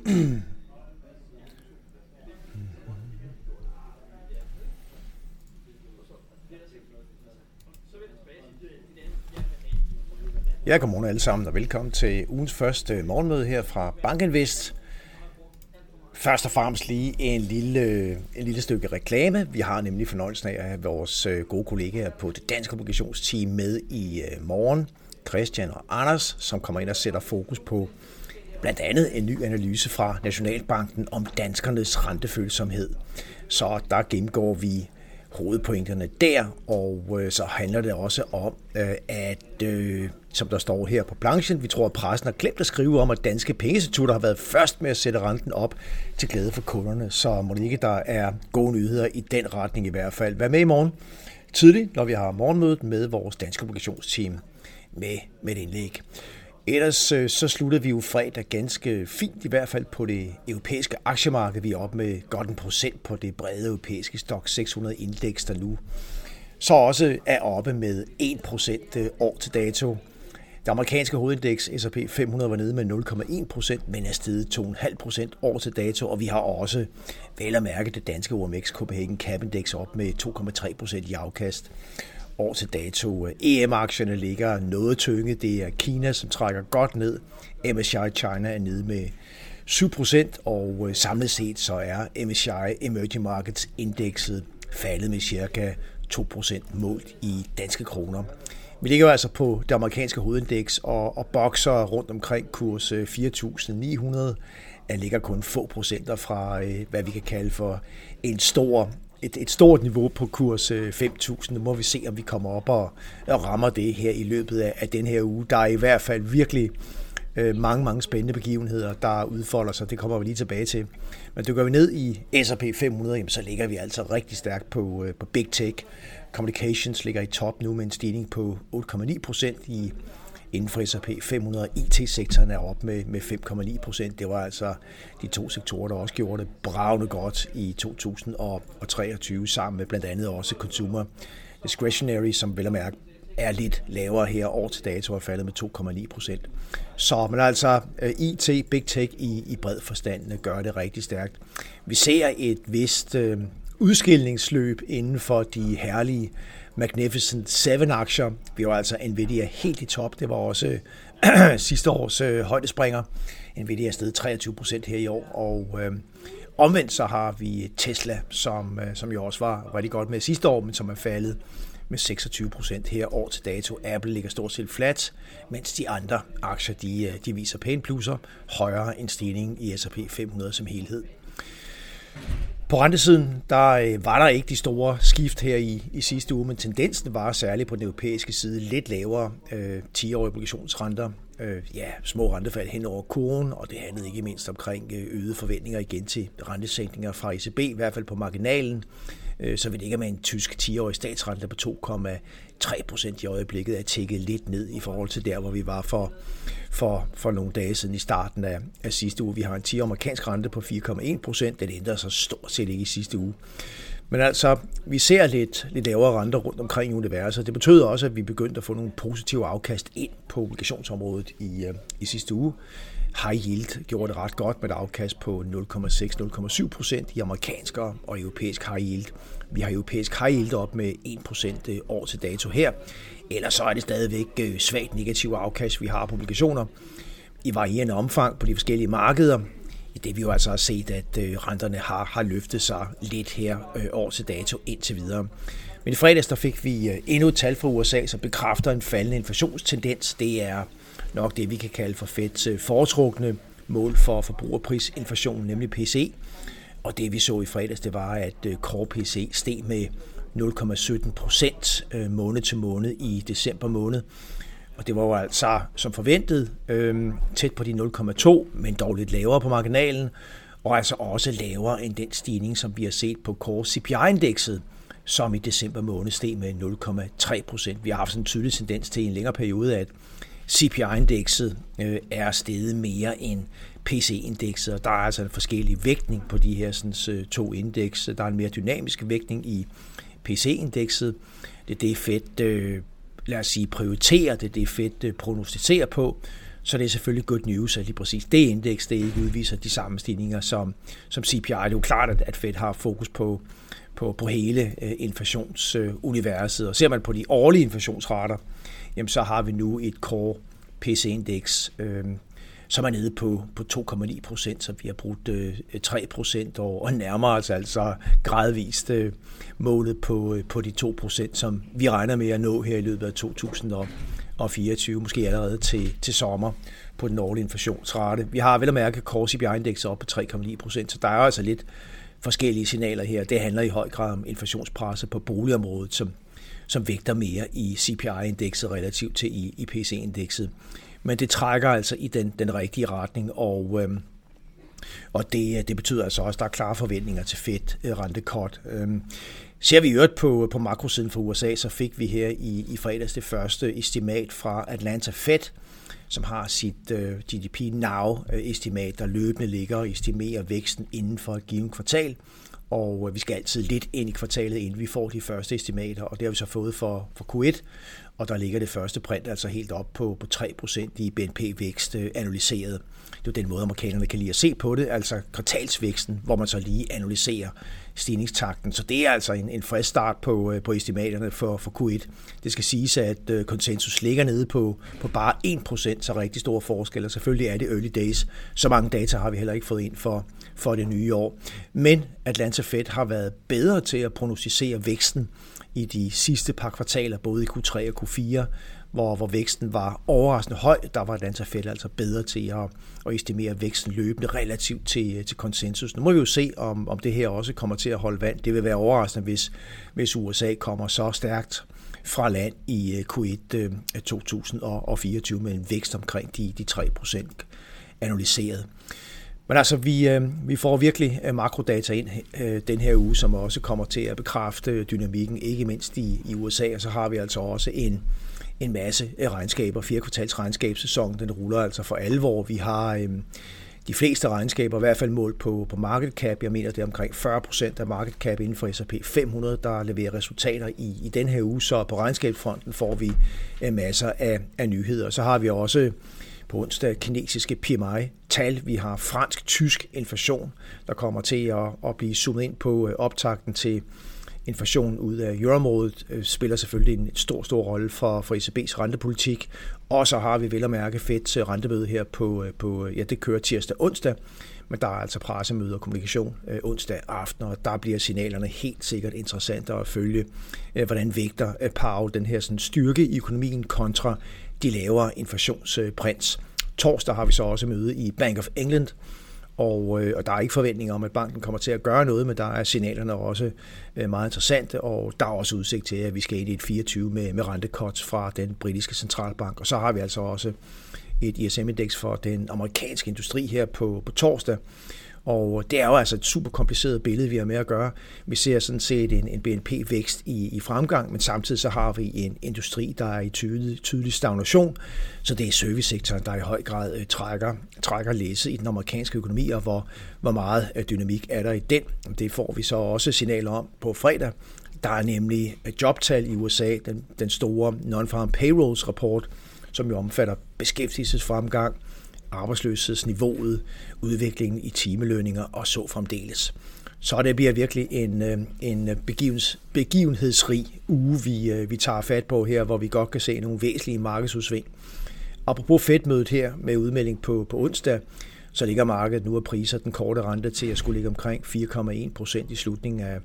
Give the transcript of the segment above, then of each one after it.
Ja, godmorgen alle sammen, og velkommen til ugens første morgenmøde her fra BankInvest. Først og fremmest lige en lille stykke reklame. Vi har nemlig fornøjelsen af at have vores gode kollegaer på det danske obligationsteam med i morgen. Christian og Anders, som kommer ind og sætter fokus på blandt andet en ny analyse fra Nationalbanken om danskernes rentefølsomhed. Så der gennemgår vi hovedpointerne der, og så handler det også om, at som der står her på planchen, vi tror, at pressen har glemt at skrive om, at danske pengeinstitutter har været først med at sætte renten op til glæde for kunderne, så må det ikke, der er gode nyheder i den retning i hvert fald. Vær med i morgen tidligt, når vi har morgenmødet med vores danske obligationsteam med et indlæg. Ellers så slutter vi jo fredag ganske fint, i hvert fald på det europæiske aktiemarked. Vi er oppe med godt 1% på det brede europæiske Stoxx 600 indeks, der nu så også er oppe med 1% år til dato. Det amerikanske hovedindeks S&P 500 var nede med 0,1%, men er steget 2,5% år til dato, og vi har også vel at mærke det danske OMX Copenhagen Cap Index op med 2,3% i afkast. År til dato. EM-aktierne ligger noget tynge. Det er Kina, som trækker godt ned. MSCI China er nede med 7%, og samlet set så er MSCI Emerging Markets indekset faldet med cirka 2% målt i danske kroner. Vi ligger jo altså på det amerikanske hovedindeks og bokser rundt omkring kurs 4.900. Der ligger kun få procenter fra, hvad vi kan kalde for et stort niveau på kurs 5.000. Nu må vi se, om vi kommer op og rammer det her i løbet af den her uge. Der er i hvert fald virkelig mange spændende begivenheder, der udfolder sig. Det kommer vi lige tilbage til. Men dykker vi ned i S&P 500, jamen, så ligger vi altså rigtig stærkt på Big Tech. Communications ligger i top nu med en stigning på 8,9% inden for S&P 500. IT-sektoren er op med 5,9%. Det var altså de to sektorer, der også gjorde det bravende godt i 2023, sammen med blandt andet også Consumer Discretionary, som vel at mærke er lidt lavere her år til dato og er faldet med 2,9%. Så men altså IT, Big Tech i bred forstand gør det rigtig stærkt. Vi ser et vist udskillingsløb inden for de herlige Magnificent 7-aktier. Vi var altså Nvidia helt i top. Det var også sidste års højdespringer. Nvidia er steget 23% her i år, og omvendt så har vi Tesla, som jo også var rigtig godt med sidste år, men som er faldet med 26% her år til dato. Apple ligger stort set flat, mens de andre aktier de viser pæne plusser, højere end stigning i S&P 500 som helhed. På rentesiden, der var der ikke de store skift her i sidste uge, men tendensen var særligt på den europæiske side lidt lavere 10-årige obligationsrenter. Små rentefald hen over kurven, og det handlede ikke mindst omkring øgede forventninger igen til rentesænkninger fra ECB, i hvert fald på marginalen. Så vi ligger med en tysk 10-årig statsrente på 2,3% i øjeblikket, er tækket lidt ned i forhold til der, hvor vi var for nogle dage siden i starten af sidste uge. Vi har en 10-årig amerikansk rente på 4,1%. Den ændrer sig stort set ikke i sidste uge. Men altså, vi ser lidt lavere renter rundt omkring i universet. Det betød også, at vi begyndte at få nogle positive afkast ind på obligationsområdet i sidste uge. High yield gjorde det ret godt med et afkast på 0,6-0,7% i amerikansk og europæisk high yield. Vi har europæisk high yield op med 1% år til dato her. Ellers så er det stadigvæk svagt negative afkast, vi har på obligationer i varierende omfang på de forskellige markeder. I det vi jo altså har set, at renterne har løftet sig lidt her år til dato indtil videre. Men i fredags der fik vi endnu et tal fra USA, som bekræfter en faldende inflationstendens. Det er nok det, vi kan kalde for Feds foretrukne mål for forbrugerprisinflation, nemlig PCE. Og det vi så i fredags, det var, at core PCE steg med 0,17% måned til måned i december måned. Og det var jo altså som forventet tæt på de 0,2, men dog lidt lavere på marginalen, og altså også lavere end den stigning, som vi har set på core CPI-indekset, som i december måned steg med 0,3%. Vi har haft sådan en tydelig tendens til i en længere periode, at CPI-indekset er steget mere end PC-indekset, og der er altså en forskellig vægtning på de her sådan, to indeks. Der er en mere dynamisk vægtning i PC-indekset. Det er det Fed, lad os sige, prioriterer, det er det Fed prognostiserer på. Så det er selvfølgelig good news, at lige præcis det indeks, det ikke udviser de samme stigninger som CPI. Det er jo klart, at Fed har fokus på hele inflationsuniverset. Og ser man på de årlige inflationsrater, jamen så har vi nu et core PC-indeks, som er nede på 2,9%, så vi har brugt 3% og nærmer os altså gradvist målet på de 2%, som vi regner med at nå her i løbet af 2024, måske allerede til sommer på den årlige inflationsrate. Vi har vel at mærke core CPI-indekset op på 3,9%, så der er altså lidt forskellige signaler her. Det handler i høj grad om inflationspresset på boligområdet, som vægter mere i CPI-indekset relativt til i PC-indekset. Men det trækker altså i den rigtige retning, og det betyder altså også, at der er klare forventninger til Fed rentekort. Ser vi øvrigt på makrosiden for USA, så fik vi her i fredags det første estimat fra Atlanta Fed, som har sit GDP Now-estimat, der løbende ligger og estimerer væksten inden for et givet kvartal. Og vi skal altid lidt ind i kvartalet, inden vi får de første estimater, og det har vi så fået for Q1, og der ligger det første print altså helt op på 3% i BNP-vækst analyseret. Det er den måde, amerikanerne kan lide at se på det, altså kvartalsvæksten, hvor man så lige analyserer stigningstakten. Så det er altså en frisk start på estimaterne for Q1. Det skal siges, at konsensus ligger nede på bare 1%, så rigtig store forskelle. Selvfølgelig er det early days. Så mange data har vi heller ikke fået ind for det nye år. Men Atlanta Fed har været bedre til at prognosticere væksten i de sidste par kvartaler, både i Q3 og Q4, hvor væksten var overraskende høj. Der var Atlanta Fed altså bedre til at estimere væksten løbende relativt til konsensus. Nu må vi jo se, om det her også kommer til at holde vand. Det vil være overraskende, hvis USA kommer så stærkt fra land i Q1 2024 med en vækst omkring de 3% analyseret. Men altså, vi får virkelig makrodata ind den her uge, som også kommer til at bekræfte dynamikken, ikke mindst i USA, og så har vi altså også en masse regnskaber. 4 kvartals regnskabssæson, den ruller altså for alvor. Vi har de fleste regnskaber, i hvert fald målt på market cap. Jeg mener, det er omkring 40% af market cap inden for S&P 500, der leverer resultater i den her uge. Så på regnskabsfronten får vi masser af nyheder. Så har vi også på onsdag kinesiske PMI-tal. Vi har fransk-tysk inflation, der kommer til at blive zoomet ind på optakten til inflationen ud af euroområdet, spiller selvfølgelig en stor rolle for ECB's rentepolitik. Og så har vi vel at mærke Feds rentemøde her på det kører tirsdag-onsdag, men der er altså pressemøde og kommunikation onsdag aften, og der bliver signalerne helt sikkert interessante at følge, hvordan vægter Powell den her sådan styrke i økonomien kontra de lavere inflationsprints. Torsdag har vi så også møde i Bank of England, og der er ikke forventninger om, at banken kommer til at gøre noget, men der er signalerne også meget interessante, og der er også udsigt til, at vi skal ind i et 24 med rentecuts fra den britiske centralbank. Og så har vi altså også et ISM-indeks for den amerikanske industri her på torsdag. Og det er jo altså et super kompliceret billede, vi har med at gøre. Vi ser sådan set en BNP-vækst i fremgang, men samtidig så har vi en industri, der er i tydelig stagnation. Så det er servicesektoren, der i høj grad trækker læsset i den amerikanske økonomi, og hvor meget dynamik er der i den. Det får vi så også signaler om på fredag. Der er nemlig jobtal i USA, den store non-farm payrolls rapport, som jo omfatter beskæftigelsesfremgang, arbejdsløshedsniveauet, udviklingen i timelønninger og så fremdeles. Så det bliver virkelig en begivenhedsrig uge, vi tager fat på her, hvor vi godt kan se nogle væsentlige markedsudsving. Apropos Fed-mødet her med udmelding på onsdag, så ligger markedet nu og priser den korte rente til at skulle ligge omkring 4,1% i slutningen af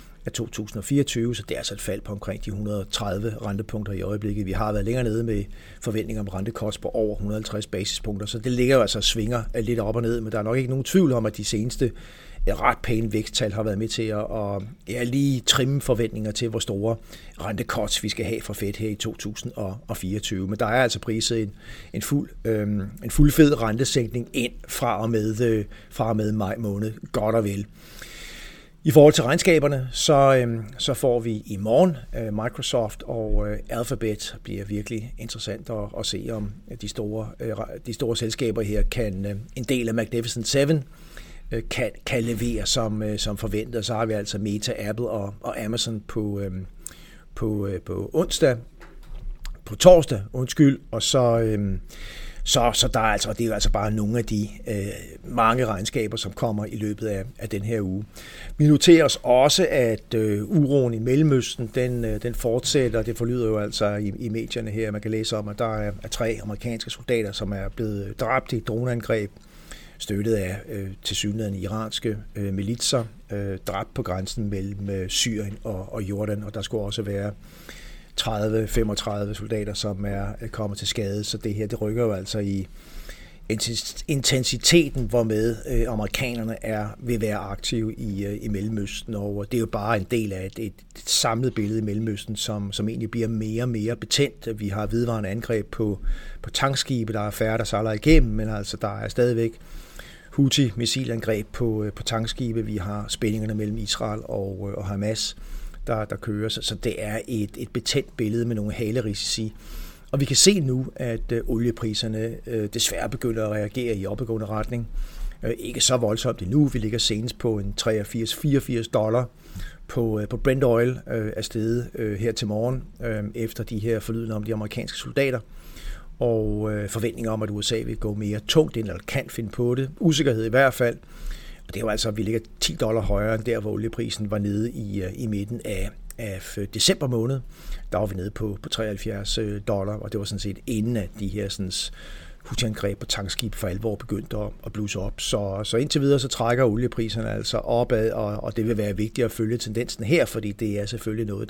2024, så det er altså et fald på omkring de 130 rentepunkter i øjeblikket. Vi har været længere nede med forventninger om rentekost på over 150 basispunkter, så det ligger jo altså og svinger lidt op og ned, men der er nok ikke nogen tvivl om, at de seneste ret pæne væksttal har været med til at lige trimme forventninger til, hvor store rentekost vi skal have fra Fed her i 2024. Men der er altså priset en fuld fed rentesænkning ind fra og med maj måned, godt og vel. I forhold til regnskaberne, så får vi i morgen Microsoft og Alphabet. Bliver virkelig interessant at se, om de store selskaber her kan en del af Magnificent Seven kan levere som forventet. Så har vi altså Meta, Apple og Amazon på torsdag, og Så der er altså, det er jo altså bare nogle af de mange regnskaber, som kommer i løbet af den her uge. Vi noterer os også, at uroen i Mellemøsten, den fortsætter. Det forlyder jo altså i medierne her. Man kan læse om, at der er 3 amerikanske soldater, som er blevet dræbt i et droneangreb, støttet af tilsyneladende iranske militser, dræbt på grænsen mellem Syrien og Jordan, og der skulle også være 30-35 soldater, som er kommet til skade, så det her, det rykker jo altså i intensiteten, hvormed amerikanerne vil være aktive i Mellemøsten, og det er jo bare en del af et samlet billede i Mellemøsten, som egentlig bliver mere og mere betændt. Vi har vedvarende angreb på tankskibe, der er færre, der sejler igennem, men altså der er stadigvæk Houthi-missilangreb på tankskibe. Vi har spændingerne mellem Israel og Hamas, der kører, så det er et betændt billede med nogle halerisici. Og vi kan se nu, at oliepriserne desværre begynder at reagere i opadgående retning. Ikke så voldsomt endnu. Vi ligger senest på en $83-84 på Brent Oil af stedet her til morgen, efter de her forlydende om de amerikanske soldater. Og forventninger om, at USA vil gå mere tungt ind, eller kan finde på det. Usikkerhed i hvert fald. Og det er jo altså, at vi ligger $10 højere end der, hvor olieprisen var nede i midten af december måned. Der var vi nede på $73, og det var sådan set inden at de her Houthi-angreb på tankskib for alvor begyndte at blusse op. Så indtil videre så trækker oliepriserne altså opad, og det vil være vigtigt at følge tendensen her, fordi det er selvfølgelig noget,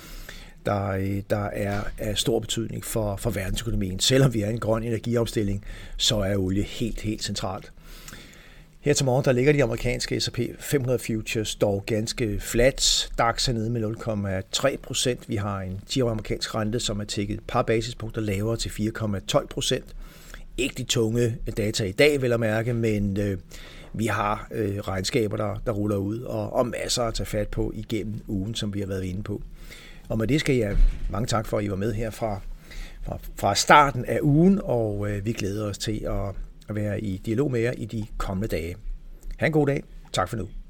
der er af stor betydning for verdensøkonomien. Selvom vi er en grøn energiomstilling, så er olie helt centralt. Her til morgen, der ligger de amerikanske S&P 500 futures dog ganske flat. DAX er nede med 0,3%. Vi har en 10-årig amerikansk rente, som er tækket et par basispunkter lavere til 4,12%. Ikke de tunge data i dag, vil jeg mærke, men vi har regnskaber, der ruller ud, og masser at tage fat på igennem ugen, som vi har været inde på. Og med det skal jeg mange tak for, at I var med her fra starten af ugen, og vi glæder os til at være i dialog med jer i de kommende dage. Ha' en god dag. Tak for nu.